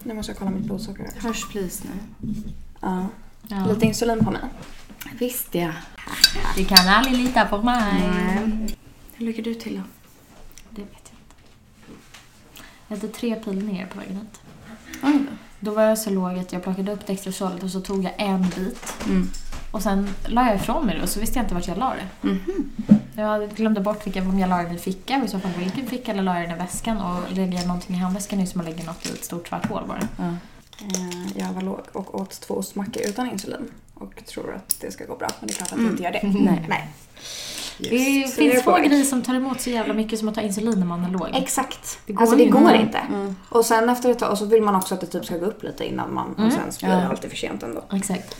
Nu måste jag kolla mitt blodsocker. Hörs please nu. Ja. Lite insulin på mig. Visst ja. Du kan aldrig lita på mig. Nej. Hur ligger du till då? Det vet jag inte. Jag hade 3 pil ner på vägen hit. Oj då. Då var jag så låg att jag plockade upp Dextrosolet och så tog jag en bit. Och sen la jag ifrån mig det och så visste jag inte vart jag la det. Jag glömde bort om jag la den i ficka och i så fall vilken ficka eller la jag den i väskan och lägger jag någonting i handväskan är som att lägga något i ett stort svart hål bara. Jag var låg och åt 2 ostmackor utan insulin och tror att det ska gå bra, men det är klart att det inte gör det. Nej. Det finns få grejer som tar emot så jävla mycket som att ta insulin när man är låg. Exakt. Det går inte. Och sen efter ett tag så vill man också att det typ ska gå upp lite innan man och sen så blir det alltid för sent ändå. Exakt.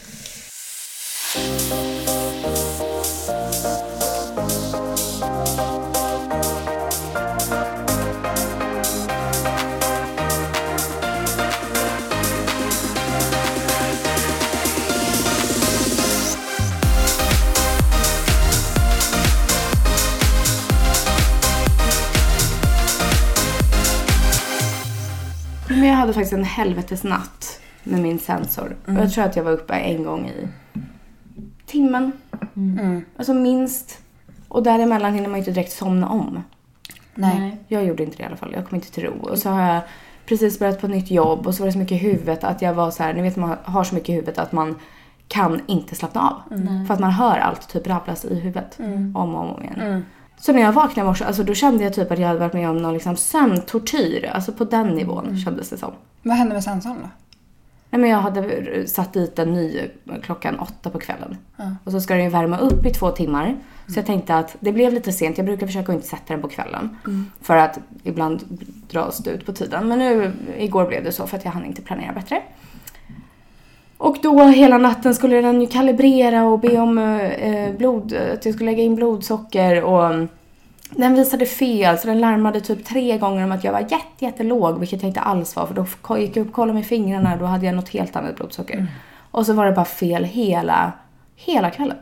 Men jag hade faktiskt en helvetesnatt med min sensor. Och jag tror att jag var uppe en gång i timmen. Alltså minst. Och däremellan hinner man inte direkt somna om. Nej. Jag gjorde inte det i alla fall. Jag kom inte till ro. Och så har jag precis börjat på ett nytt jobb. Och så var det så mycket i huvudet att jag var så här. Ni vet man har så mycket i huvudet att man kan inte slappna av. För att man hör allt typ rabblas i huvudet. Om och om igen. Så när jag vaknade i morse, alltså då kände jag typ att jag hade varit med om någon liksom sömntortyr. Alltså på den nivån kändes det som. Vad hände med sensorn då? Nej, men jag hade satt dit en ny klockan 8 på kvällen. Och så ska den ju värma upp i 2 timmar. Så jag tänkte att det blev lite sent. Jag brukar försöka inte sätta den på kvällen. För att ibland dras det ut på tiden. Men nu, igår blev det så för att jag hann inte planera bättre. Och då hela natten skulle den ju kalibrera och be om att jag skulle lägga in blodsocker. Och den visade fel så den larmade typ 3 gånger om att jag var jättelåg. Vilket jag inte alls var för då gick jag upp och kollade med fingrarna och då hade jag något helt annat blodsocker. Och så var det bara fel hela kvällen.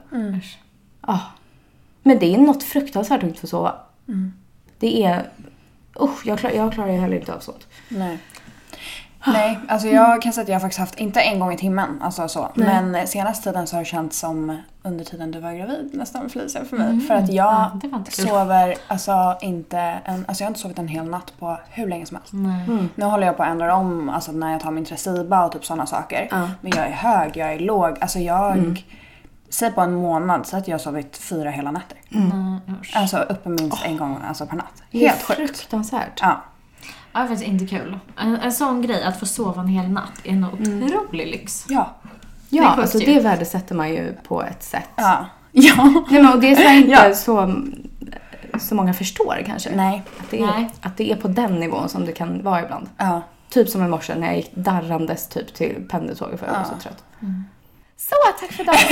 Men det är något fruktansvärt att inte få sova. Det är... jag klarar ju heller inte av sånt. Nej, alltså jag kan säga att jag har faktiskt haft, inte en gång i timmen, alltså så. Men senaste tiden så har det känts som under tiden du var gravid nästan Felicia för mig. För att jag sover, alltså jag har inte sovit en hel natt på hur länge som helst. Nu håller jag på att ändra om, alltså när jag tar min Tresiba och typ sådana saker. Men jag är hög, jag är låg, alltså säg på en månad så att jag har sovit 4 hela nätter. Alltså uppe minst en gång alltså per natt. Helt sjukt. Fruktansvärt. Ja, det är faktiskt inte kul. En sån grej, att få sova en hel natt, är en otrolig lyx. Ja, alltså det värdesätter man ju på ett sätt. Ja. Nej, men, och det är så inte så många förstår kanske. Nej. Att det är på den nivån som det kan vara ibland. Ja. Typ som i morse när jag gick darrandes typ till pendeltåget för jag var så trött. Så, tack för dagen.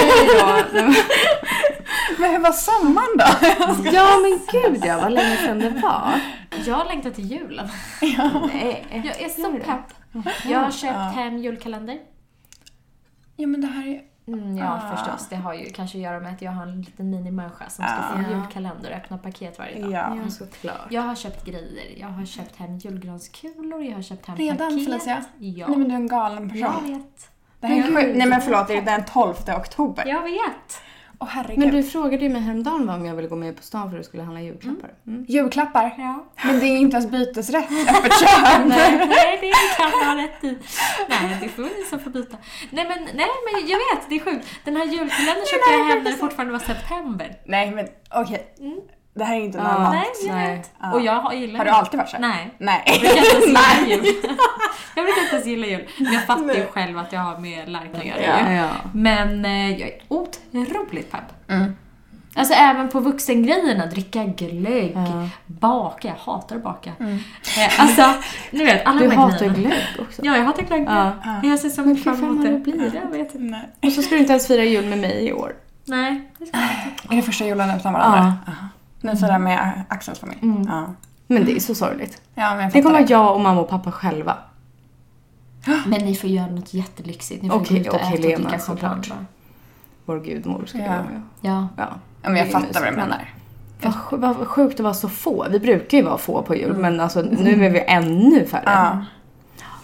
Men hur var sommaren då? Ja, men gud, vad länge sedan det var. Jag längtar till julen. Nej, jag är så pepp. Jag har köpt hem julkalender. Ja, men det här är... Ja, förstås. Det har ju kanske att göra med att jag har en liten minimänniska som ska få en julkalender och öppna paket varje dag. Ja, såklart. Jag har köpt grejer. Jag har köpt hem julgranskulor. Jag har köpt hem redan, paket. Felicia? Ja. Nej, men du är en galen person. Jag vet. Det här är sjukt. Nej, men förlåt. Det är den 12 oktober. Jag vet. Åh, herregud. Men du frågade ju mig häromdagen om jag ville gå med på stan för att du skulle handla julklappar. Julklappar? Ja. Men det är inte ens bytesrätt. Öppet köp. Nej, det kan jag ha rätt i. Nej, det får ni som får byta. Nej, men jag vet, det är sjukt. Den här julkalendern köpte jag hem när det fortfarande var september. Nej, men okej. Det här är inte normalt. Nej, jag vet. Och jag gillar Har du alltid varit så? Nej. Nej. Jag brukar inte ens gilla jul. Jag brukar inte ens gilla jul. Men jag fattar ju själv att jag har med lärken att göra. Ja. Men jag är otroligt pepp. Alltså även på vuxengrejerna, dricka glögg, baka, jag hatar att baka. Alltså, ni vet, alla du de här hatar grejerna. glögg också. Ja, jag hatar glögg. Jag ser så mycket fram emot det. Blir Jag vet inte. Nej. Och så ska du inte ens fira jul med mig i år. Nej, det ska jag inte. Är det första julen utan varandra? Nu firar med Axels familj. Men det är så sorgligt. Ja, men det kommer vara jag och mamma och pappa själva. Men ni får göra något jättelyxigt. Ni får gå ut och äta och dricka champagne. Vår gudmor ska göra. Ja. Men jag fattar vad du menar. Vad sjukt att vara så få. Vi brukar ju vara få på jul. Men alltså, nu är vi ännu färre.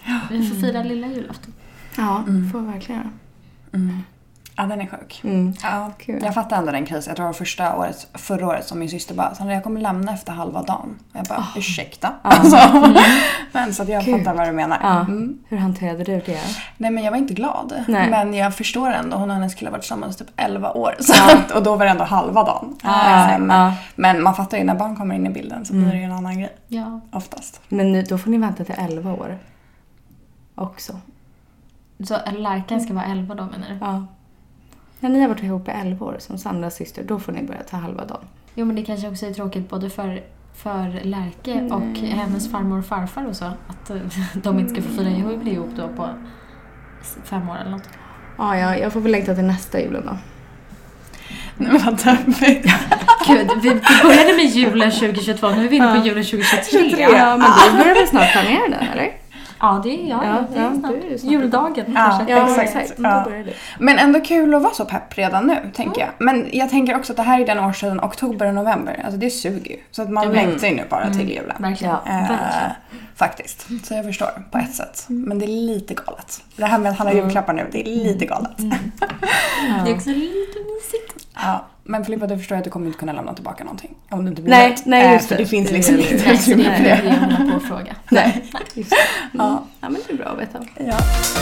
Vi får fira lilla julafton. Ja, får verkligen göra. Ja, den är sjuk. Ja, Kul. jag fattar ändå den krisen. Jag tror det var förra året som min syster bara, Sandra, jag kommer lämna efter halva dagen. Och jag bara, ursäkta. Men så att jag fattar vad du menar. Ja. Hur hanterade du det? Nej, men jag var inte glad. Nej. Men jag förstår ändå, hon och hennes kille har varit tillsammans typ 11 år. Så och då var det ändå halva dagen. Men man fattar ju, när barn kommer in i bilden så blir det ju en annan grej. Ja. Oftast. Men nu, då får ni vänta till 11 år. Också. Så Lärkan ska vara 11 då, menar du? Ja. När ni har varit ihop i 11 år som Sandras syster, då får ni börja ta halva dagen. Jo, men det kanske också är tråkigt både för Lärke och hennes farmor och farfar och så. Att de inte ska få fira ihop då på 5 år eller något. Ja, jag får väl längta till nästa julen då. Nej, men vänta. Gud, vi började med julen 2022, nu är vi inne på julen 2023. Ja, men då börjar vi snart planera den, eller? Ja, det är snart. Juldagen kanske. Ja, exakt. Då börjar det. Men ändå kul att vara så pepp redan nu, tänker jag. Men jag tänker också att det här är den årstiden, oktober och november. Alltså det suger ju. Så att man längtar ju nu bara till julen. Verkligen. Faktiskt. Så jag förstår på ett sätt. Men det är lite galet. Det här med att han har julklappar nu, det är lite galet. Det är också lite mysigt. Ja. Men Filippa, du förstår att du kommer inte kunna lämna tillbaka någonting. Om du inte blir Nej, rätt. nej, just för det. det finns Det liksom är- inte Nej, så det utrymme för är det. det jag håller på att fråga. Nej, just det. Ja. Ja, men det är bra att veta. Ja.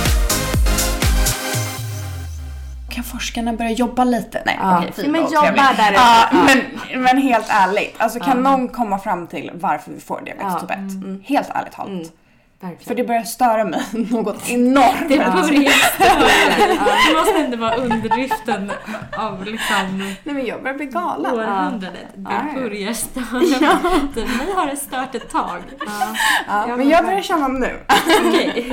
Kan forskarna börja jobba lite? Nej, Ja. okej, fint Men och jobba trevligt. där. Ja, men helt ärligt. Alltså kan någon komma fram till varför vi får diabetes typ 1? Helt ärligt talat. Verkligen. För det börjar störa mig något enormt. Det måste ändå vara underdriften av liksom Nej, men jag börjar bli galen. århundradet. Det börjar störa. Ni har det stört ett tag. Ja, men jag börjar känna nu. Okej.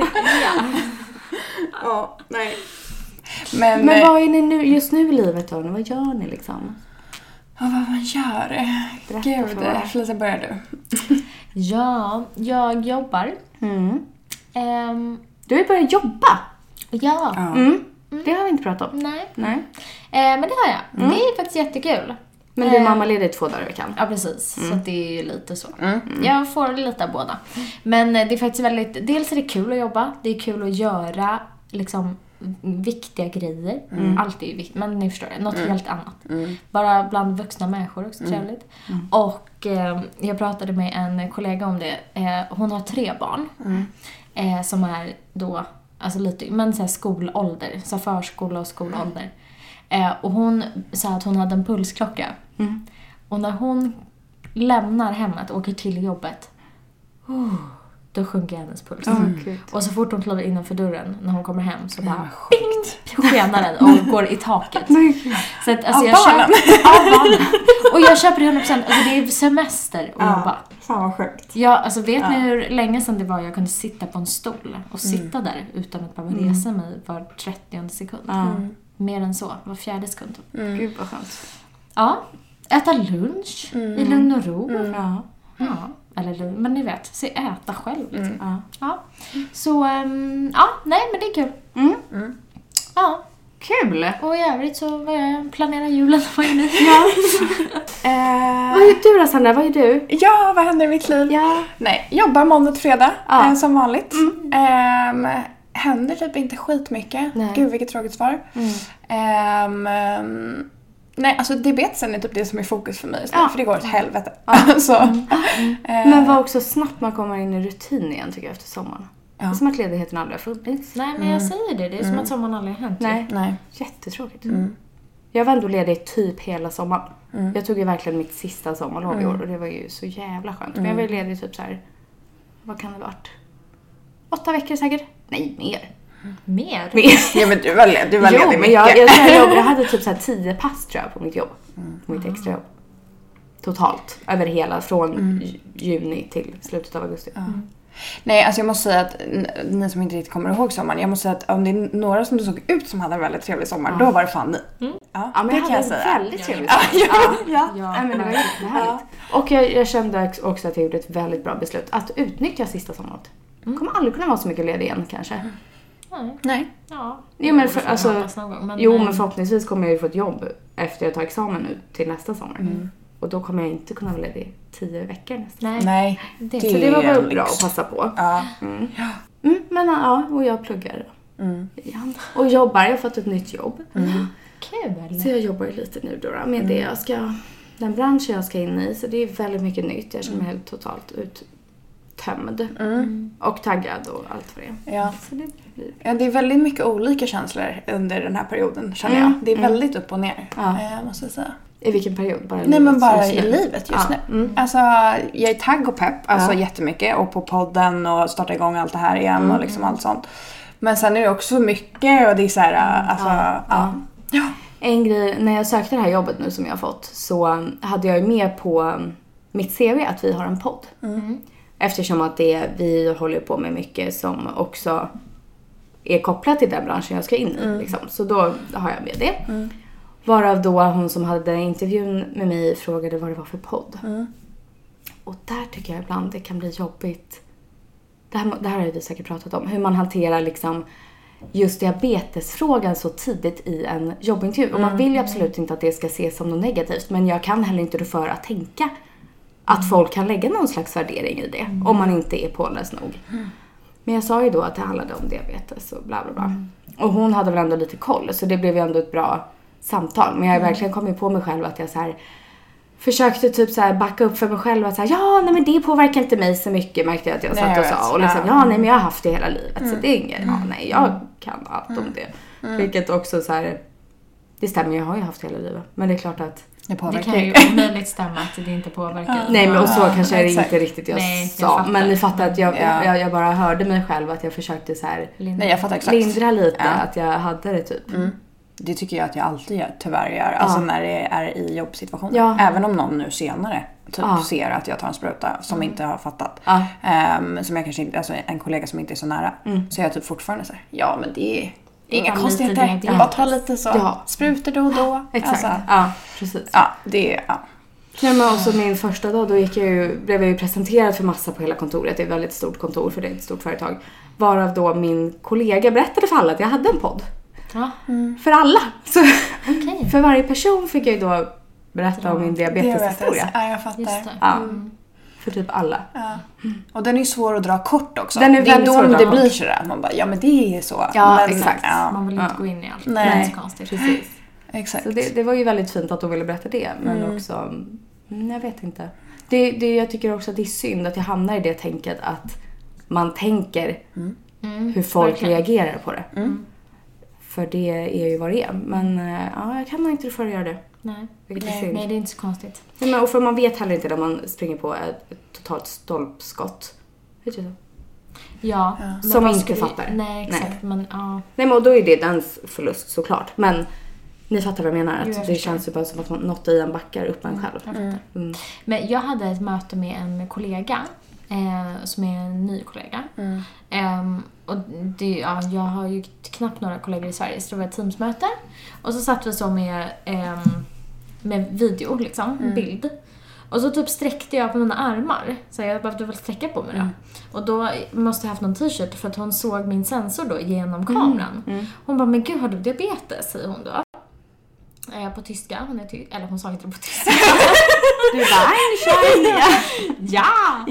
Ja, nej. Men vad är ni nu, just nu i livet då? Vad gör ni liksom? Ja, vad man gör. Berätta Gud, för mig. Felicia, börjar du. Ja, jag jobbar. Du har ju börjat jobba. Ja. Det har vi inte pratat om. Nej. Nej. Men det har jag. Det är faktiskt jättekul. Men du är mammaledig 2 dagar i veckan. Ja, precis. Så att det är ju lite så. Jag får lite av båda. Men det är faktiskt väldigt... Dels är det kul att jobba. Det är kul att göra liksom viktiga grejer. Allt är ju viktigt, men ni förstår det. Något helt annat. Bara bland vuxna människor också trevligt. Och jag pratade med en kollega om det. Hon har 3 barn. Som är då, alltså lite, men så här skolålder. Så förskola och skolålder. Och hon sa att hon hade en pulsklocka. Och när hon lämnar hemmet och åker till jobbet, då sjunker hennes puls. Och så fort hon kliver innanför dörren när hon kommer hem så bara skenar den och går i taket. Så att, alltså, jag köper, barnen. Och jag köper 100%. Alltså, det är semester och jobba. Fan vad sjukt. Ja, alltså vet ni hur länge sedan det var jag kunde sitta på en stol och sitta där utan att behöva resa mig var 30 sekund. Mer än så, var 4:e sekund. Gud vad skönt. Ja, äta lunch i lugn och ro. Ja. Eller, men ni vet, se äta själv liksom. Ja. Så, nej men det är kul. Ja. Kul! Och i övrigt så planerar julen. Vad är ni? Vad gör du då, Sandra? Vad gör du? Ja, vad händer i mitt liv? Ja. Nej, jobbar måndag till fredag som vanligt. Händer typ inte skitmycket. Nej. Gud, vilket tråkigt svar. Nej, alltså diabetesen är typ det som är fokus för mig just nu, för det går åt helvete. Men var också snabbt man kommer in i rutin igen tycker jag efter sommaren. Det är som att ledigheten aldrig har funnits. Nej, men jag säger det. Det är som att sommaren aldrig har hänt. Nej. Jättetråkigt. Jag var ändå ledig typ hela sommaren. Jag tog ju verkligen mitt sista sommarlov i år och det var ju så jävla skönt. Men jag var ledig typ så här, vad kan det ha varit? 8 veckor säkert? Nej, mer. Mer? Ja, men du var ledig men mycket. jag hade typ så här 10 pass tror jag på mitt jobb. På mitt extra jobb. Totalt. Över hela, från juni till slutet av augusti. Nej, alltså jag måste säga att ni som inte riktigt kommer ihåg sommaren, jag måste säga att om det är några som du såg ut som hade en väldigt trevlig sommar, då var det fan ni. Ja, men det jag kan jag hade säga. väldigt trevligt. Ja, Nej, men det var jättehärligt. Och jag kände också att jag gjorde ett väldigt bra beslut att utnyttja sista sommaren. Kommer aldrig kunna vara så mycket ledig igen kanske. Nej. Ja. Jo, men, alltså, men men förhoppningsvis kommer jag ju få ett jobb efter jag tar examen nu till nästa sommar. Och då kommer jag inte kunna vara ledig 10 veckor nästan. Nej. Det Så det var väl bra att passa på. Ja. Men ja, och jag pluggar igen. Och jobbar, jag har fått ett nytt jobb. Kul. Så jag jobbar lite nu då med det den branschen jag ska in i. Så det är väldigt mycket nytt. Jag känner mig helt totalt uttömd. Och taggad och allt för det. Ja. Så det blir... Ja, det är väldigt mycket olika känslor under den här perioden, känner jag. Det är väldigt upp och ner, måste jag säga. I vilken period? Bara i livet just nu. Alltså, jag är tagg och pepp, alltså jättemycket. Och på podden och starta igång allt det här igen och liksom allt sånt. Men sen är det också mycket och det är så här, Ja. En grej, när jag sökte det här jobbet nu som jag har fått så hade jag ju med på mitt CV att vi har en podd. Eftersom att vi håller på med mycket som också är kopplat till den branschen jag ska in i. Liksom. Så då har jag med det. Varav då hon som hade intervjun med mig frågade vad det var för podd. Och där tycker jag ibland det kan bli jobbigt. Det här har vi säkert pratat om. Hur man hanterar liksom just diabetesfrågan så tidigt i en jobbintervju. Och man vill ju absolut inte att det ska ses som något negativt. Men jag kan heller inte för att tänka att folk kan lägga någon slags värdering i det. Om man inte är påläst nog. Men jag sa ju då att det handlade om diabetes och bla bla bla. Och hon hade väl ändå lite koll. Så det blev ju ändå ett bra samtal. Men jag har verkligen kommit på mig själv att jag så här försökte typ så här backa upp för mig själv att så här, nej men det påverkar inte mig så mycket, märkte jag att jag satt och sa. Och liksom, nej men jag har haft det hela livet. Så det är inget, nej jag kan allt om det. Vilket också så här, det stämmer, jag har ju haft det hela livet. Men det är klart att det kan ju omöjligt stämma att det inte påverkar. Nej men och så kanske är det inte riktigt jag sa. Men ni fattar att jag bara hörde mig själv att jag försökte så här lindra lite att jag hade det typ. Det tycker jag att jag alltid gör, tyvärr gör. Alltså när det är i jobbsituationer. Även om någon nu senare ser att jag tar en spruta som inte har fattat. Som jag kanske inte, alltså en kollega som inte är så nära. Så jag typ fortfarande säger, ja men det är inga konstigheter. Jag bara tar lite så sprutor då och då. Exakt, alltså, precis. Nej, men också min första dag då blev jag ju presenterad för massa på hela kontoret. Det är ett väldigt stort kontor för det är ett stort företag. Varav då min kollega berättade för alla att jag hade en podd. För alla. Så för varje person fick jag ju då berätta om min diabeteshistoria. Ja, jag fattar. För typ alla. Och den är ju svår att dra kort också. Den är det är då det blir kort. sådär. Man bara, ja men det är så. Ja, men, exakt. Man vill inte gå in i allt. Nej. Det är så konstigt. Precis. Exakt. Så det var ju väldigt fint att de ville berätta det. Men också, jag vet inte. Jag tycker också att det är synd att jag hamnar i det tänket att man tänker hur folk reagerar på det. För det är ju vad det är. Men jag kan inte för att göra det. Nej, det är inte så konstigt. Nej, men, och för man vet heller inte när man springer på ett totalt stolpskott. Vet du så? Ja. Som inte fattar. Nej, exakt. Nej. Men, nej, men då är det dens förlust såklart. Men ni fattar vad jag menar. Att det känns ju bara som att något i en backar upp en själv. Men jag hade ett möte med en kollega. Som är en ny kollega. Och jag har ju knappt några kollegor i Sverige. Så det var ett teamsmöte. Och så satt vi så med video liksom, bild. Och så typ sträckte jag på mina armar. Så jag behövde väl sträcka på mig då. Och då måste jag haft någon t-shirt för att hon såg min sensor då genom kameran. Hon bara, men gud, har du diabetes? Säger hon då. På tyska. Eller hon sa inte det på tyska. Du bara, ja!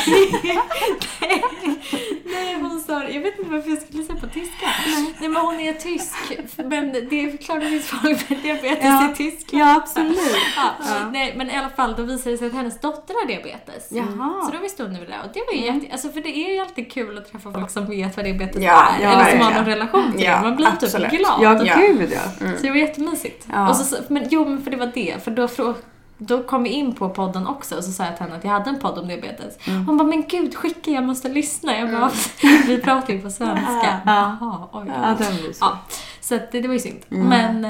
Nej, hon sa, jag vet inte varför jag skulle säga på tyska. Nej, men hon är tysk. Men det är klart att det finns folk med diabetes i Tyskland. Ja, absolut. Nej, men i alla fall, då visade det sig att hennes dotter har diabetes. Så då visste hon nu det. Och det var ju alltså för det är ju alltid kul att träffa folk som vet vad diabetes är. Eller som har någon relation till det. Man blir typ glad. Ja, gud Så det var jättemysigt. Och så, men för det var det. För då kom vi in på podden också och så sa jag till henne att jag hade en podd om diabetes. Hon bara, men gud, skicka, jag måste lyssna. Jag bara, vi pratar ju på svenska. Jaha, oj. Så att det var ju synd. Men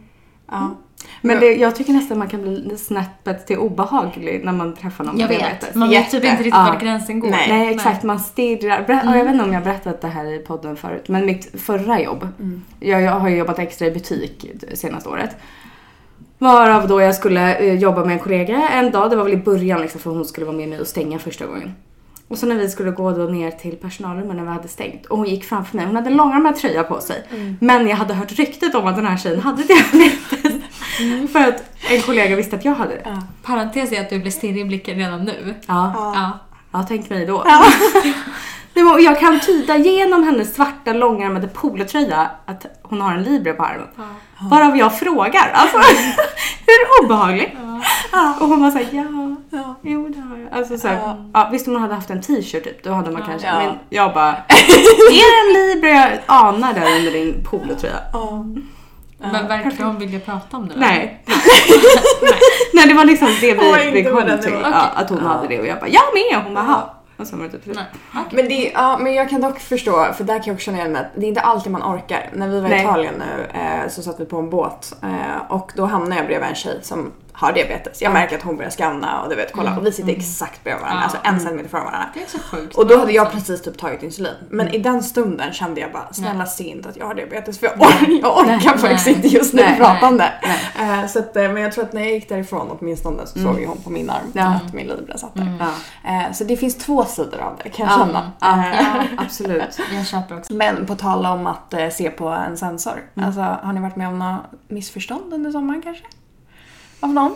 jag tycker nästan man kan bli snäppet till obehaglig när man träffar någon med diabetes. Vet. Man vet typ inte riktigt var gränsen går. Nej, exakt. Man stirrar. Jag vet inte om jag har berättat det här i podden förut. Men mitt förra jobb. Jag har ju jobbat extra i butik senaste året. Varav då jag skulle jobba med en kollega en dag. Det var väl i början liksom, för hon skulle vara med mig och stänga första gången. Och så när vi skulle gå då ner till personalrummet när vi hade stängt. Och hon gick framför mig. Hon hade en långärmad tröja på sig. Men jag hade hört ryktet om att den här tjejen hade diabetes. För att en kollega visste att jag hade det. Parentes är att du blir stirrig i blicken redan nu. Ja, tänk mig då. Och jag kan tyda genom hennes svarta långärmade polotröja att hon har en Libre på armen. Varav jag frågar. Alltså, hur obehagligt. Och hon var såhär, jo det har jag. Alltså såhär, visst om man hade haft en t-shirt typ, då hade man kanske. Men jag bara, är det en Libre jag anar där under din polotröja? Men verkligen hon ville prata om det? Nej. Nej, det var liksom det vi kom till. Att hon hade det och jag bara, jag med. Och hon bara, och så var det typ. Men, men jag kan dock förstå, för där kan jag också känna igen mig att det är inte alltid man orkar. När vi var i Italien nu så satt vi på en båt och då hamnade jag bredvid en tjej som har diabetes. Jag märker att hon börjar skanna och du vet, kolla. Och vi sitter exakt bredvid varandra, alltså 1 centimeter från varandra. Det är så sjukt. Och då hade jag precis typ tagit insulin. Men i den stunden kände jag bara, snälla se inte att jag har diabetes. För jag orkar faktiskt inte just nu prata om det. Så att, men jag tror att när jag gick därifrån åtminstone så såg hon på min arm att min Libre satt där. Så det finns 2 sidor av det, kan jag känna. Absolut. Jag köper också. Men på tal om att se på en sensor. Alltså, har ni varit med om något missförstånd under sommaren kanske? Av någon?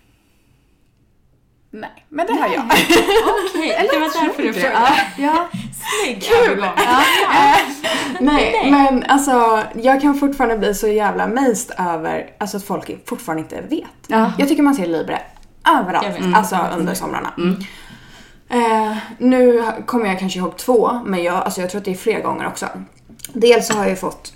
Nej, men det har jag. Okej, det var därför du frågade. Ja. Snygg. Kul! Nej, men alltså jag kan fortfarande bli så jävla amazed över alltså, att folk fortfarande inte vet. Jag tycker man ser Libre överallt, alltså under somrarna. Nu kommer jag kanske ihåg 2, men jag tror att det är fler gånger också. Dels så har jag fått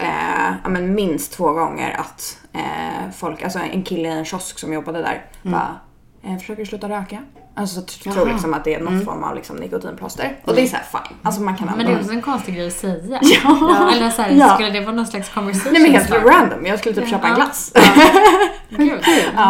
minst 2 gånger att folk, alltså en kille i en kiosk som jobbade där bara, försöker sluta röka. Alltså tror liksom att det är någon form av liksom nikotinplåster. Och det är så här fine. Alltså man kan men det är också en konstig grej att säga. Eller så här, skulle det vara någon slags conversation? Nej men helt random. Jag skulle typ köpa en glass. Gud.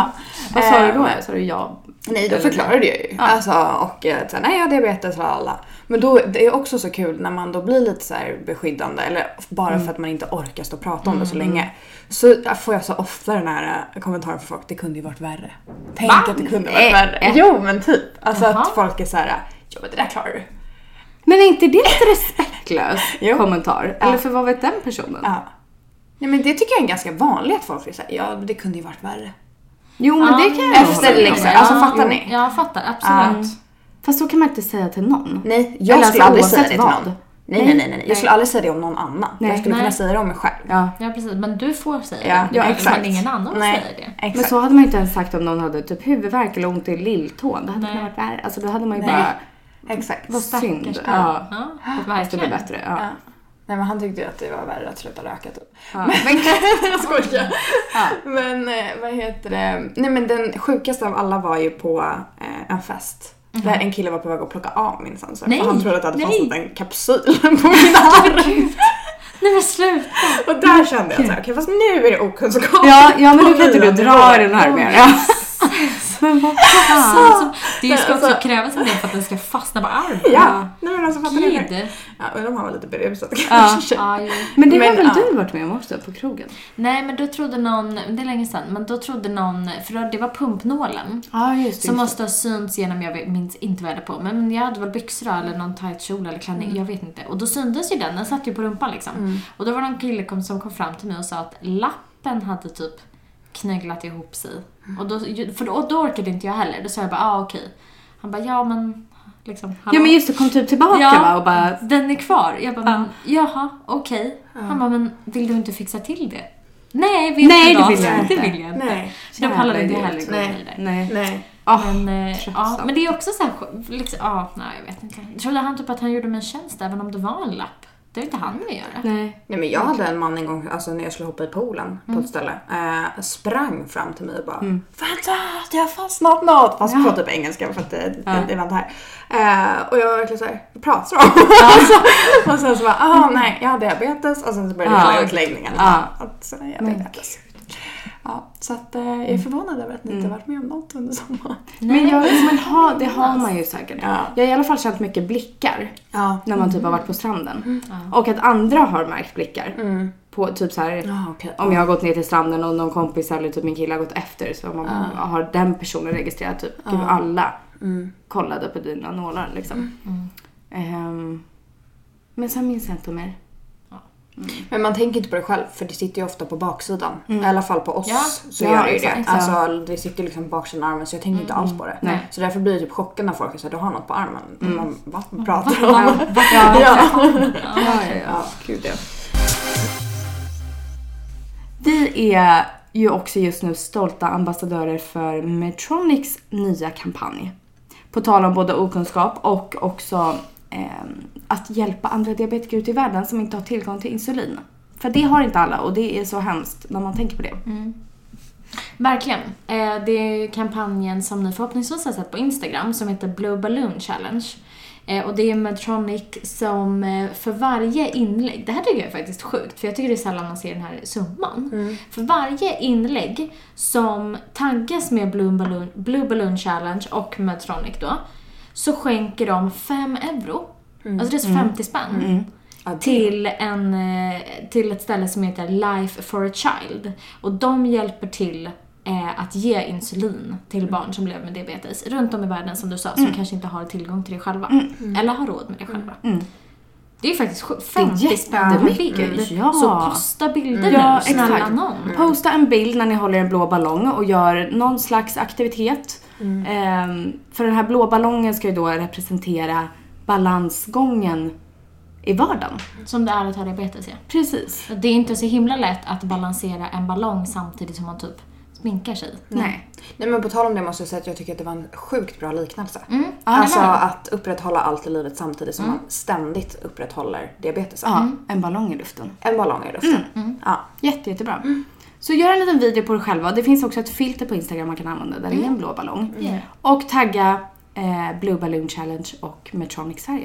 Vad sa du då? Sa du ja? Nej, då förklarade jag ju. Alltså, och så nej, jag har diabetes och alla. Men då, det är också så kul när man då blir lite så här beskyddande. Eller bara för att man inte orkar stå och prata om det så länge. Så får jag så ofta den här kommentaren från folk. Det kunde ju varit värre. Tänk att det kunde varit värre. Jo, men typ. Alltså att folk är så här, jo men det där klarar du. Men är inte det lite respektlös kommentar? Eller för vad vet den personen? Ja. Nej, men det tycker jag är ganska vanligt att folk säger, ja det kunde ju varit värre. Jo, men det kan jag efter liksom. Alltså fattar ni? Ja, jag fattar, absolut. Fast så kan man inte säga till någon. Nej, jag skulle aldrig säga det till någon. Nej. Jag skulle aldrig säga det om någon annan. Jag skulle kunna säga det om mig själv. Ja, precis. Men du får säga det. Ja, exakt. Men ingen annan säger det. Exakt. Men så hade man inte ens sagt om någon hade typ huvudvärk eller ont i lilltån. Det hade kunnat varit värre. Alltså då hade man ju bara... Exakt. Vad synd. Ja, det blir bättre. Ja. Nej, men han tyckte ju att det var värre att sluta röka typ. Men jag skojar. Men vad heter det? Nej, men den sjukaste av alla var ju på en fest. Där en kille var på väg att plocka av min sensor. För han trodde att det hade fastnat en kapsyl på min arm. Nej men sluta. Och där kände jag såhär, okej, fast nu är det okunskap. Ja men nu kan inte du dra den här mer. Men vad fan. Det ska också krävas en del för att den ska fastna på armen. Ja, nej men alltså fattar ni det? Ja, och de har varit lite berusad kanske. Men det har väl du varit med om också på krogen? Nej, men då trodde någon, det är länge sedan, men då trodde någon, för det var pumpnålen. Just det. Som måste ha synts genom, jag minns inte vad det på, men jag hade väl byxor eller någon tight kjol eller klänning, jag vet inte. Och då syntes ju den satt ju på rumpan liksom. Och då var det en kille som kom fram till mig och sa att lappen hade typ knögglat ihop sig. Och då orkade inte jag heller. Då sa jag bara, okej. Han bara, ja men liksom, hallå. Ja men just det, kom typ tillbaka va? Och bara... den är kvar. Jag bara, men, jaha, okej. Han bara, men vill du inte fixa till det? Nej, det vill jag inte. Nej. Så då pallade inte jag heller gå i det. Nej. Men det är också så här, liksom, nej jag vet inte. Jag trodde han typ att han gjorde mig en tjänst även om det var en lapp. Det är inte han att göra. Nej, men jag hade en man en gång, alltså när jag skulle hoppa i poolen på ett ställe, sprang fram till mig och bara, vänta, det har fastnat något. Fast på typ engelska för att det var inte här. Och jag var verkligen såhär, vad pratar du om? Och sen så bara, nej, jag har diabetes. Och sen så började hela utläggningen. Att jag har diabetes. Ja, så att jag är förvånad över att ni inte varit med om något under sommaren. Men det har man ju säkert. Ja. Jag har i alla fall känt mycket blickar när man typ har varit på stranden. Och att andra har märkt blickar. På typ så här, om jag har gått ner till stranden och någon kompis eller typ min kille har gått efter, så man har den personen registrerat typ, gud alla kollade på dina nålar liksom. Men sen minns jag inte mer. Men man tänker inte på det själv, för det sitter ju ofta på baksidan. I alla fall på oss så gör det ju det. Alltså det sitter liksom på baksidan armen, så jag tänker inte alls på det. Nej. Så därför blir det typ chocken när folk säger att du har något på armen. Man pratar om. Gud, ja. Vi är ju också just nu stolta ambassadörer för Medtronics nya kampanj. På tal om både okunskap och också att hjälpa andra diabetiker ut i världen som inte har tillgång till insulin. För det har inte alla, och det är så hemskt när man tänker på det. Verkligen. Det är kampanjen som ni förhoppningsvis har sett på Instagram som heter Blue Balloon Challenge. Och det är Medtronic som för varje inlägg, det här tycker jag är faktiskt sjukt, för jag tycker det är sällan man ser den här summan. För varje inlägg som taggas med Blue Balloon Challenge och Medtronic då, så skänker de 5 euro. Alltså det är så 50 spänn. Till ett ställe som heter Life for a Child. Och de hjälper till att ge insulin till barn som lever med diabetes runt om i världen, som du sa, som kanske inte har tillgång till det själva. Eller har råd med det själva. Det är faktiskt 50 spänn per bild. Så posta bilder nu, snälla någon. Posta en bild när ni håller en blå ballong och gör någon slags aktivitet. För den här blå ballongen ska ju då representera balansgången i vardagen. Som det är att ha diabetes, ja. Precis. Det är inte så himla lätt att balansera en ballong samtidigt som man typ sminkar sig. Nej, men på tal om det måste jag säga att jag tycker att det var en sjukt bra liknelse. Alltså att upprätthålla allt i livet samtidigt som man ständigt upprätthåller diabetesen. Ja, en ballong i luften. En ballong i luften. Ja. Jättebra. Så gör en liten video på det själva. Det finns också ett filter på Instagram man kan använda där det är en blå ballong. Och tagga Blue Balloon Challenge och Medtronic Sverige.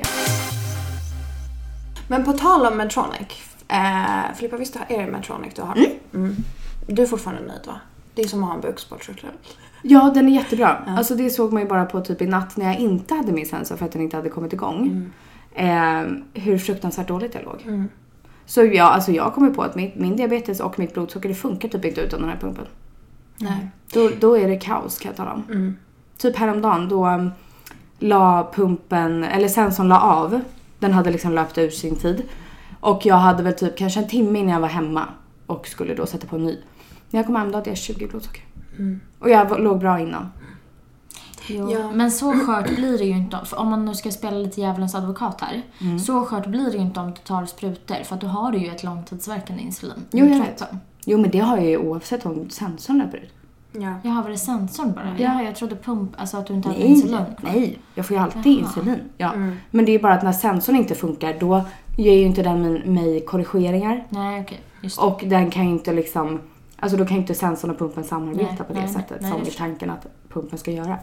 Men på tal om Medtronic, Filippa, visst är det Medtronic du har? Du är fortfarande nöjd, va? Det är som att ha en bukspottkörtel. Ja, den är jättebra. Alltså det såg man ju bara på typ i natt när jag inte hade min sensor för att den inte hade kommit igång. Hur fruktansvärt dåligt jag låg. Så jag kommer på att min diabetes och mitt blodsocker, det funkar typ inte utan den här pumpen. Nej. Då är det kaos, kan jag tala om. Typ häromdagen då la pumpen, eller sensorn la av. Den hade liksom löpt ur sin tid. Och jag hade väl typ kanske en timme innan jag var hemma och skulle då sätta på en ny. När jag kom hem då hade jag 20 blodsocker. Och jag låg bra innan. Ja. Men så skört blir det ju inte, för om man nu ska spela lite djävulens advokat här, så skört blir det ju inte om du tar sprutor, för att du har ju ett långtidsverkande insulin. Jo, men det har jag ju oavsett om sensorn löper ut. Jag har väl sensorn bara. Ja, jag trodde alltså att du inte hade insulin. Nej, jag får ju alltid insulin. Ja. Men det är bara att när sensorn inte funkar, då ger ju inte den mig korrigeringar. Nej, okej. Just det. Och den kan ju inte liksom, alltså då kan ju inte sensorn och pumpen samarbeta på det sättet som i tanken att pumpen ska göra.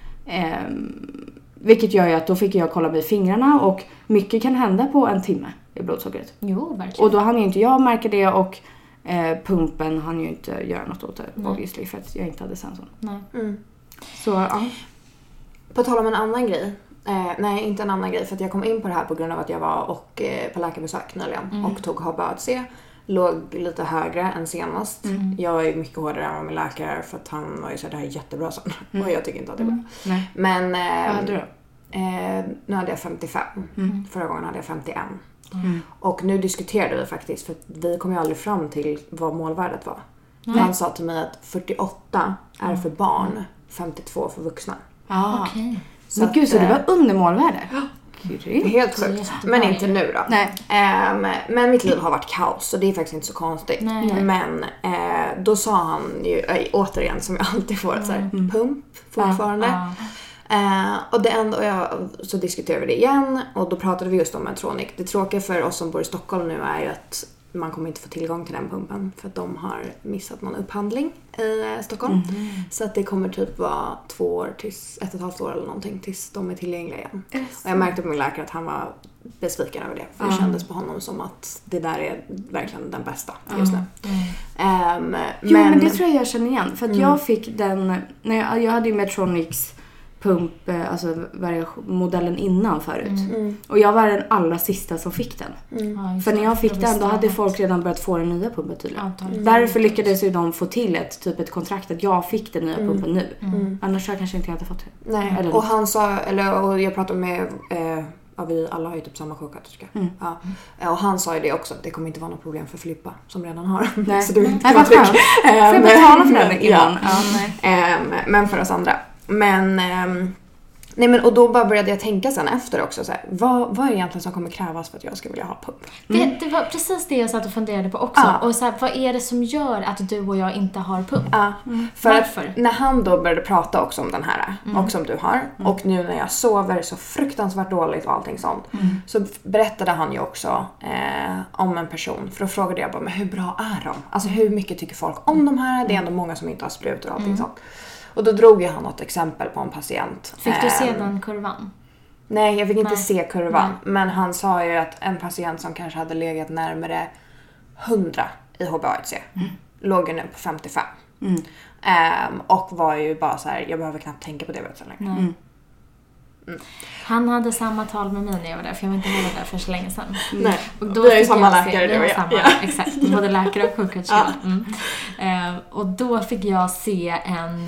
Vilket gör ju att då fick jag kolla med fingrarna, och mycket kan hända på en timme i blodsockret. Jo, verkligen. Och då hann ju inte jag märka det, och pumpen hann ju inte göra något åt det, obviously, för att jag inte hade sensorn. Nej. Så, ja. På tal om en annan grej. Nej, inte en annan grej, för att jag kom in på det här på grund av att jag var på läkarbesök nyligen och tog HbA1c. Låg lite högre än senast. Jag är mycket hårdare än min läkare, för att han var ju så här, det här är jättebra sen. Och jag tycker inte att det är bra. Nej. Men vad hade du? Nu hade jag 55. Förra gången hade jag 51. Och nu diskuterade vi faktiskt, för vi kom ju aldrig fram till vad målvärdet var. Han sa till mig att 48 är för barn, 52 för vuxna. Okej. Men gud, så det var under målvärde? Helt sjukt. Men inte nu då. Nej. Men mitt liv har varit kaos, så det är faktiskt inte så konstigt. Nej. Men då sa han ju återigen, som jag alltid får, så här, pump fortfarande. Och det enda, så diskuterade vi det igen, och då pratade vi just om Medtronic. Det tråkiga för oss som bor i Stockholm nu är ju att man kommer inte få tillgång till den pumpen, för att de har missat någon upphandling i Stockholm. Så att det kommer typ vara 2 år tills 1,5 år eller någonting tills de är tillgängliga igen. Och jag märkte på min läkare att han var besviken över det, för det kändes på honom som att det där är verkligen den bästa just nu. Men det tror jag känner igen, för att jag fick den när jag hade ju Medtronics pump, alltså modellen innan förut. Och jag var den allra sista som fick den. För när jag fick den, då hade folk redan börjat få den nya pumpen tydligen. Därför lyckades ju de få till ett kontrakt att jag fick den nya pumpen nu. Annars har jag kanske inte fått det. Nej. Och han sa, och jag pratade med vi alla har ju typ samma sjuksköterska. Ja. Och han sa ju det också, att det kommer inte vara något problem för Filippa som redan har. Nej. Så du inte vad skönt. Får jag betala för den innan? Men för oss andra. Nej, men och då bara började jag tänka sen efter också så här, vad är det egentligen som kommer krävas för att jag ska vilja ha pump? Det var precis det jag satt och funderade på också. Och så här, vad är det som gör att du och jag inte har pump? För varför? När han då började prata också om den här, och som du har, och nu när jag sover så fruktansvärt dåligt och allting sånt, så berättade han ju också om en person. För då frågade jag bara, men hur bra är de? Alltså hur mycket tycker folk om de här? Det är ändå många som inte har sprutor och allting sånt. Och då drog jag han något exempel på en patient. Fick du se den kurvan? Nej, jag fick inte se kurvan. Nej. Men han sa ju att en patient som kanske hade legat närmare 100 i HbA1c låg ju nu på 55. Och var ju bara så här, jag behöver knappt tänka på det så länge. Han hade samma tal med mig när jag var där, för jag var inte heller där för så länge sedan. Nej, och då vi är ju samma läkare du och jag. Exakt, både läkare och sjuksköterska. Och då fick jag se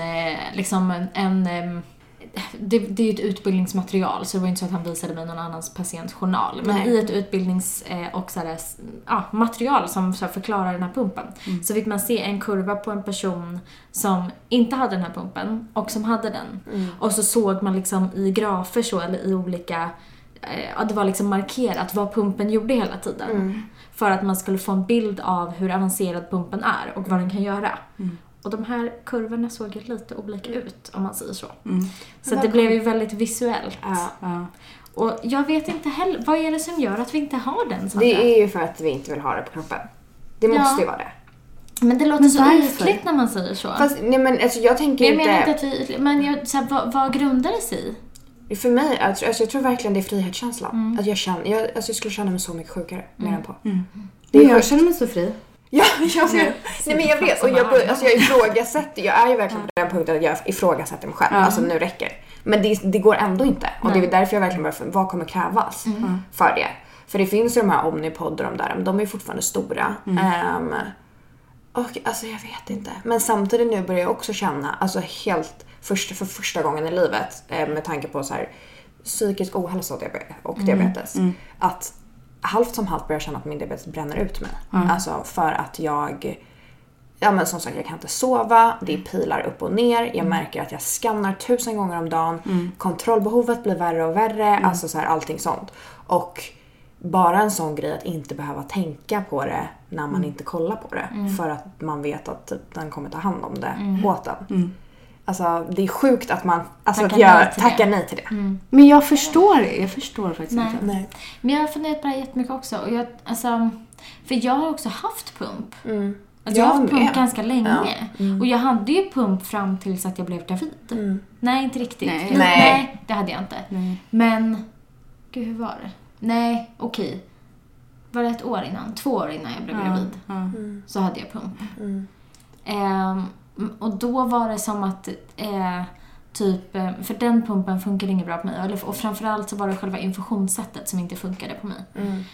det är ju ett utbildningsmaterial, så det var inte så att han visade mig någon annans patientjournal. Men i ett utbildnings material som så förklarar den här pumpen, så fick man se en kurva på en person som inte hade den här pumpen och som hade den. Och så såg man liksom i grafer så, eller i olika, det var liksom markerat vad pumpen gjorde hela tiden. För att man skulle få en bild av hur avancerad pumpen är och vad den kan göra. Och de här kurvorna såg ju lite olika ut, om man säger så. Så det blev ju väldigt visuellt. Och jag vet inte heller, vad är det som gör att vi inte har den? Sandra? Det är ju för att vi inte vill ha det på kroppen. Det måste ju vara det. Men det låter så ytligt när man säger så. Fast, nej men alltså jag tänker inte... Jag menar inte att vi... vad grundar det sig i? För mig, alltså, jag tror verkligen det är frihetskänslan. Att jag skulle känna mig så mycket sjukare mer än på. Jag känner mig så fri. Ja, nej men jag vet, och jag ifrågasätter, jag är ju verkligen på den punkten att jag ifrågasätter mig själv, alltså nu räcker. Men det går ändå inte, och det är därför jag verkligen bara, vad kommer krävas för det? För det finns ju de här Omnipod och de är fortfarande stora. Och alltså jag vet inte, men samtidigt nu börjar jag också känna, alltså helt för första gången i livet, med tanke på så här psykisk ohälsa och diabetes, att halvt som halvt börjar känna att min diabetes bränner ut mig. Alltså för att men som sagt, jag kan inte sova, det pilar upp och ner, jag märker att jag skannar 1000 gånger om dagen, kontrollbehovet blir värre och värre, alltså så här, allting sånt. Och bara en sån grej att inte behöva tänka på det när man inte kollar på det, för att man vet att den kommer ta hand om det åt den. Alltså det är sjukt att man tackar nej till det. Men jag förstår faktiskt inte. Nej. Men jag har funderat på det jättemycket också. Och för jag har också haft pump. Alltså jag har haft pump ganska länge. Och jag hade ju pump fram tills att jag blev gravid. Nej, inte riktigt. Nej, det hade jag inte. Men, gud, hur var det? Nej, okej. Var det 2 år innan jag blev gravid. Så hade jag pump. Och då var det som att för den pumpen funkade inget bra på mig, och framförallt så var det själva infusionssättet som inte funkade på mig.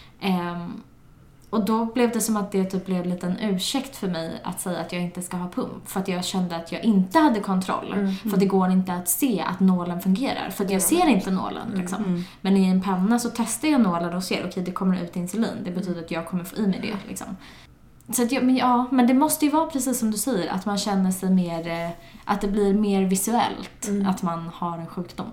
Och då blev det som att det typ blev en liten ursäkt för mig att säga att jag inte ska ha pump, för att jag kände att jag inte hade kontroll, för att det går inte att se att nålen fungerar, för att jag ser inte nålen liksom. Men i en penna så testar jag nålen och ser, okej, det kommer ut insulin, det betyder att jag kommer få i mig det liksom. Så att men det måste ju vara precis som du säger, att man känner sig mer, att det blir mer visuellt, att man har en sjukdom.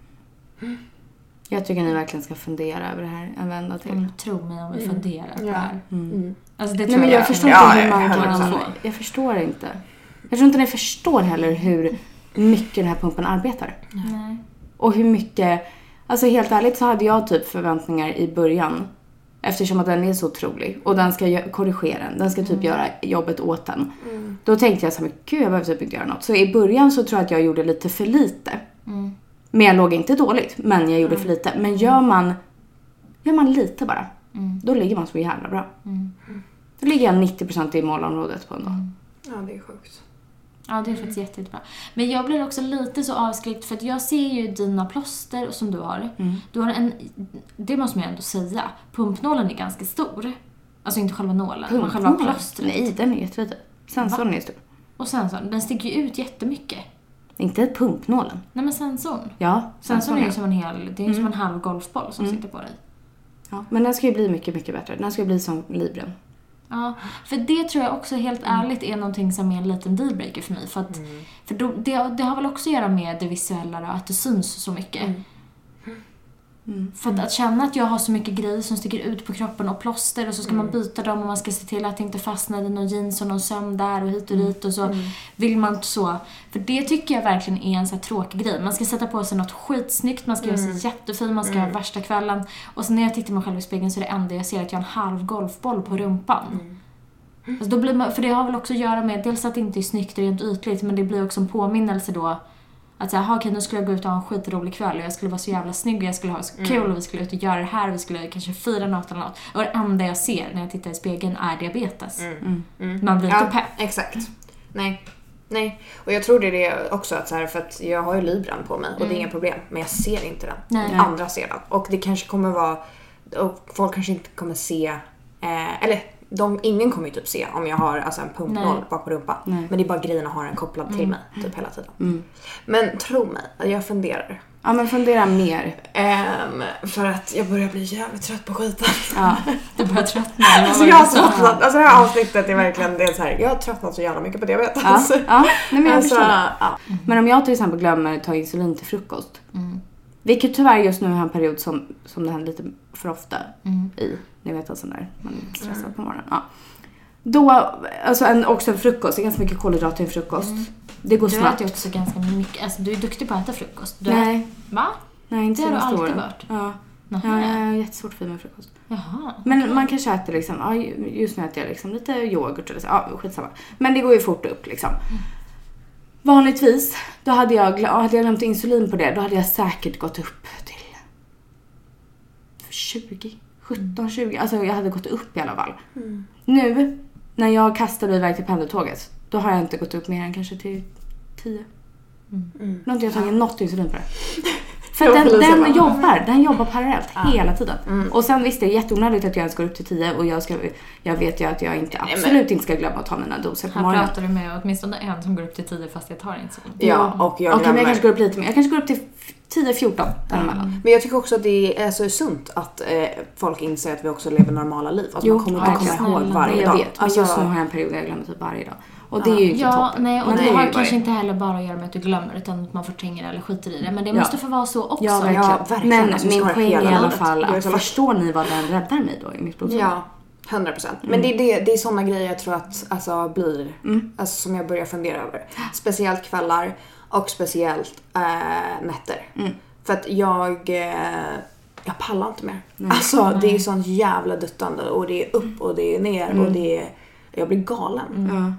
Jag tycker ni verkligen ska fundera över det här en vända till. Tro mig om vi funderar på det här. Alltså det tror jag förstår inte hur man kan. Jag förstår inte. Jag tror inte ni förstår heller hur mycket den här pumpen arbetar. Nej. Och hur mycket, alltså helt ärligt så hade jag typ förväntningar i början. Eftersom att den är så otrolig. Och den ska korrigera den. Den ska typ göra jobbet åt den. Då tänkte jag så här, gud, jag behöver typ inte göra något. Så i början så tror jag att jag gjorde lite för lite. Men jag låg inte dåligt. Men jag gjorde för lite. Men gör man lite bara. Då ligger man så jävla bra. Då ligger jag 90% i målområdet på ändå. Ja, det är sjukt. Ja, det är faktiskt jättebra. Men jag blir också lite så avskräckt, för att jag ser ju dina plåster som du har. Du har det måste man ju ändå säga, pumpnålen är ganska stor. Alltså inte själva nålen, men själva plåstret. Nej, den är jätteliten. Sensorn är stor. Och sensorn, den sticker ju ut jättemycket. Inte pumpnålen. Nej, men sensorn. Ja, sensorn är ju som en hel, det är ju som en halv golfboll som sitter på dig. Ja, men den ska ju bli mycket, mycket bättre. Den ska bli som Libren. Ja, för det tror jag också helt ärligt är någonting som är en liten dealbreaker för mig. För det har väl också att göra med det visuella då, att det syns så mycket. För att känna att jag har så mycket grejer som sticker ut på kroppen och plåster och så ska man byta dem och man ska se till att det inte fastnar i någon jeans och någon söm där och hit och dit och så vill man så. För det tycker jag verkligen är en så här tråkig grej. Man ska sätta på sig något skitsnyggt, man ska göra sig jättefin, man ska ha värsta kvällen. Och så när jag tittar mig själv i spegeln så är det enda jag ser att jag har en halv golfboll på rumpan. Alltså då blir man, för det har väl också att göra med dels att det inte är snyggt och rent ytligt, men det blir också en påminnelse då att säga, okej, nu skulle jag gå ut och ha en skitrolig kväll och jag skulle vara så jävla snygg och jag skulle ha så kul och vi skulle ut och göra det här och vi skulle kanske fira något eller något. Och det enda jag ser när jag tittar i spegeln är diabetes. Man blir lite pepp. Exakt. Nej. Och jag tror det är det också att så här, för att jag har ju Libran på mig och det är inga problem, men jag ser inte den. Nej. Andra ser den. Och det kanske kommer vara, och folk kanske inte kommer se eller ingen kommer ju typ se om jag har alltså en pumpnål bak på rumpan. Men det är bara grejen att ha den kopplad till mig typ hela tiden. Men tro mig, jag funderar. Ja, men fundera mer. För att jag börjar bli jävligt trött på skiten. Ja, Du börjar tröttna. Alltså jag har tröttnat. Alltså det här avsnittet är verkligen det är så här. Jag har tröttnat så jävla mycket på diabetes. Ja. Nej, men jag alltså, förstår det. Men om jag till exempel glömmer ta insulin till frukost. Vilket tyvärr just nu har en period som det händer lite för ofta i. Ni vet alltså när man är stressad på morgonen. Ja. Då, alltså också en frukost. Det är ganska mycket kolhydrater i frukost. Det går snabbt. Du äter också ganska mycket. Alltså du är duktig på att äta frukost. Nej. Va? Nej, inte det har du alltid åren. varit. Ja. Naha. Ja, jag har jättesvårt för med frukost. Jaha. Men man kanske äter liksom, ja, just nu äter jag liksom lite yoghurt eller så. Ja, skitsamma. Men det går ju fort upp liksom. Vanligtvis, då hade jag glömt insulin på det, då hade jag säkert gått upp till 17-20. Alltså jag hade gått upp i alla fall. Nu, när jag kastade iväg till pendeltåget, då har jag inte gått upp mer än kanske till 10. Nu har inte jag tagit något insulin på det. För den jobbar parallellt hela tiden. Och sen visst, det är jätteonödigt att jag ens går upp till 10 och jag vet ju att jag absolut inte ska glömma att ta mina doser på morgonen. Här pratar du med åtminstone en som går upp till 10 fast jag tar insulin. Ja, och jag glömmer. Men jag kanske går upp lite mer. Jag kanske går upp till 10-14 däremellan. Men jag tycker också att det är så sunt att folk inser att vi också lever normala liv. Alltså man kommer inte komma ihåg varje dag. Jag vet, alltså, just nu har jag en period där jag glömmer typ varje dag. Och det är ju inte toppen. Nej, och det har kanske inte heller bara att göra med att du glömmer utan att man förtränger eller skiter i det. Men det måste få vara så också. Ja, verkligen. Men alltså, min poäng är i alla fall att förstår ni vad den räddar mig då i mitt blodsocker? Ja, 100%. Men det är sådana grejer jag tror att alltså, blir, alltså, som jag börjar fundera över. Speciellt kvällar och speciellt nätter. För att jag pallar inte mer. Alltså det är sånt jävla duttande och det är upp och det är ner och det är, jag blir galen.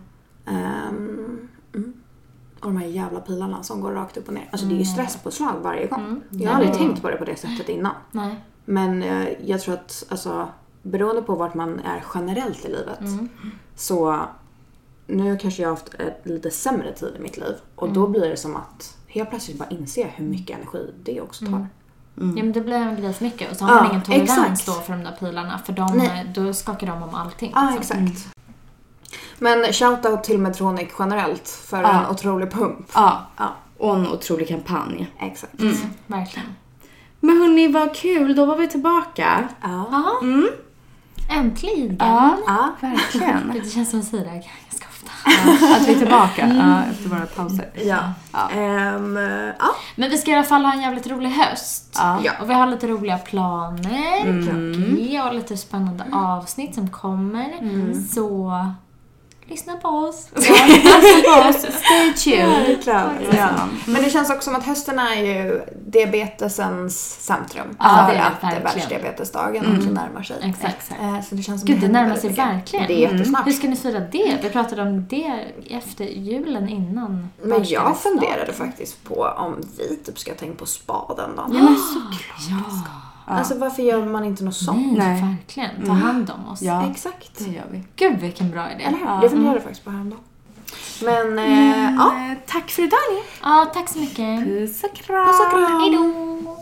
Och de här jävla pilarna som går rakt upp och ner. Alltså det är ju stresspåslag varje gång. Jag har aldrig tänkt på det på det sättet innan. Nej. Men jag tror att alltså, beroende på vart man är generellt i livet så nu kanske jag har haft ett lite sämre tid i mitt liv. Och då blir det som att helt plötsligt bara inse hur mycket energi det också tar. Ja, men det blir en grej för mycket. Och så har man ingen tolerans då för de där pilarna. För då skakar de om allting. Ja, exakt. Men shoutout till Medtronic generellt för en otrolig pump. Ja. Och en otrolig kampanj. Exakt. Verkligen. Men hörni, vad kul. Då var vi tillbaka. Ja. Äntligen. Ja, verkligen. Det känns som att säga det ganska ofta. Att vi är tillbaka efter våra pauser. Ja. Men vi ska i alla fall ha en jävligt rolig höst. Ja. Och vi har lite roliga planer. Och lite spännande avsnitt som kommer. Så lyssna på oss. Stay tuned. Ja. Men det känns också som att hösten är ju diabetesens centrum. Ja, för det är att verkligen. Världsdiabetesdagen också närmar sig. Exakt. Så det känns som Gud, det närmar sig verkligen. Det är jättesnabbt. Hur ska ni fira det? Vi pratade om det efter julen innan. Men jag funderade faktiskt på om vi typ ska tänka på spa den dagen. Ja, men såklart. Alltså varför gör man inte något sånt? Nej, verkligen. Ta hand om oss. Ja, exakt. Det gör vi. Gud, vilken bra idé. Eller hur? Det funderade jag faktiskt på häromdagen. Men tack för idag. Ja, tack så mycket. Puss och kram. Hej då.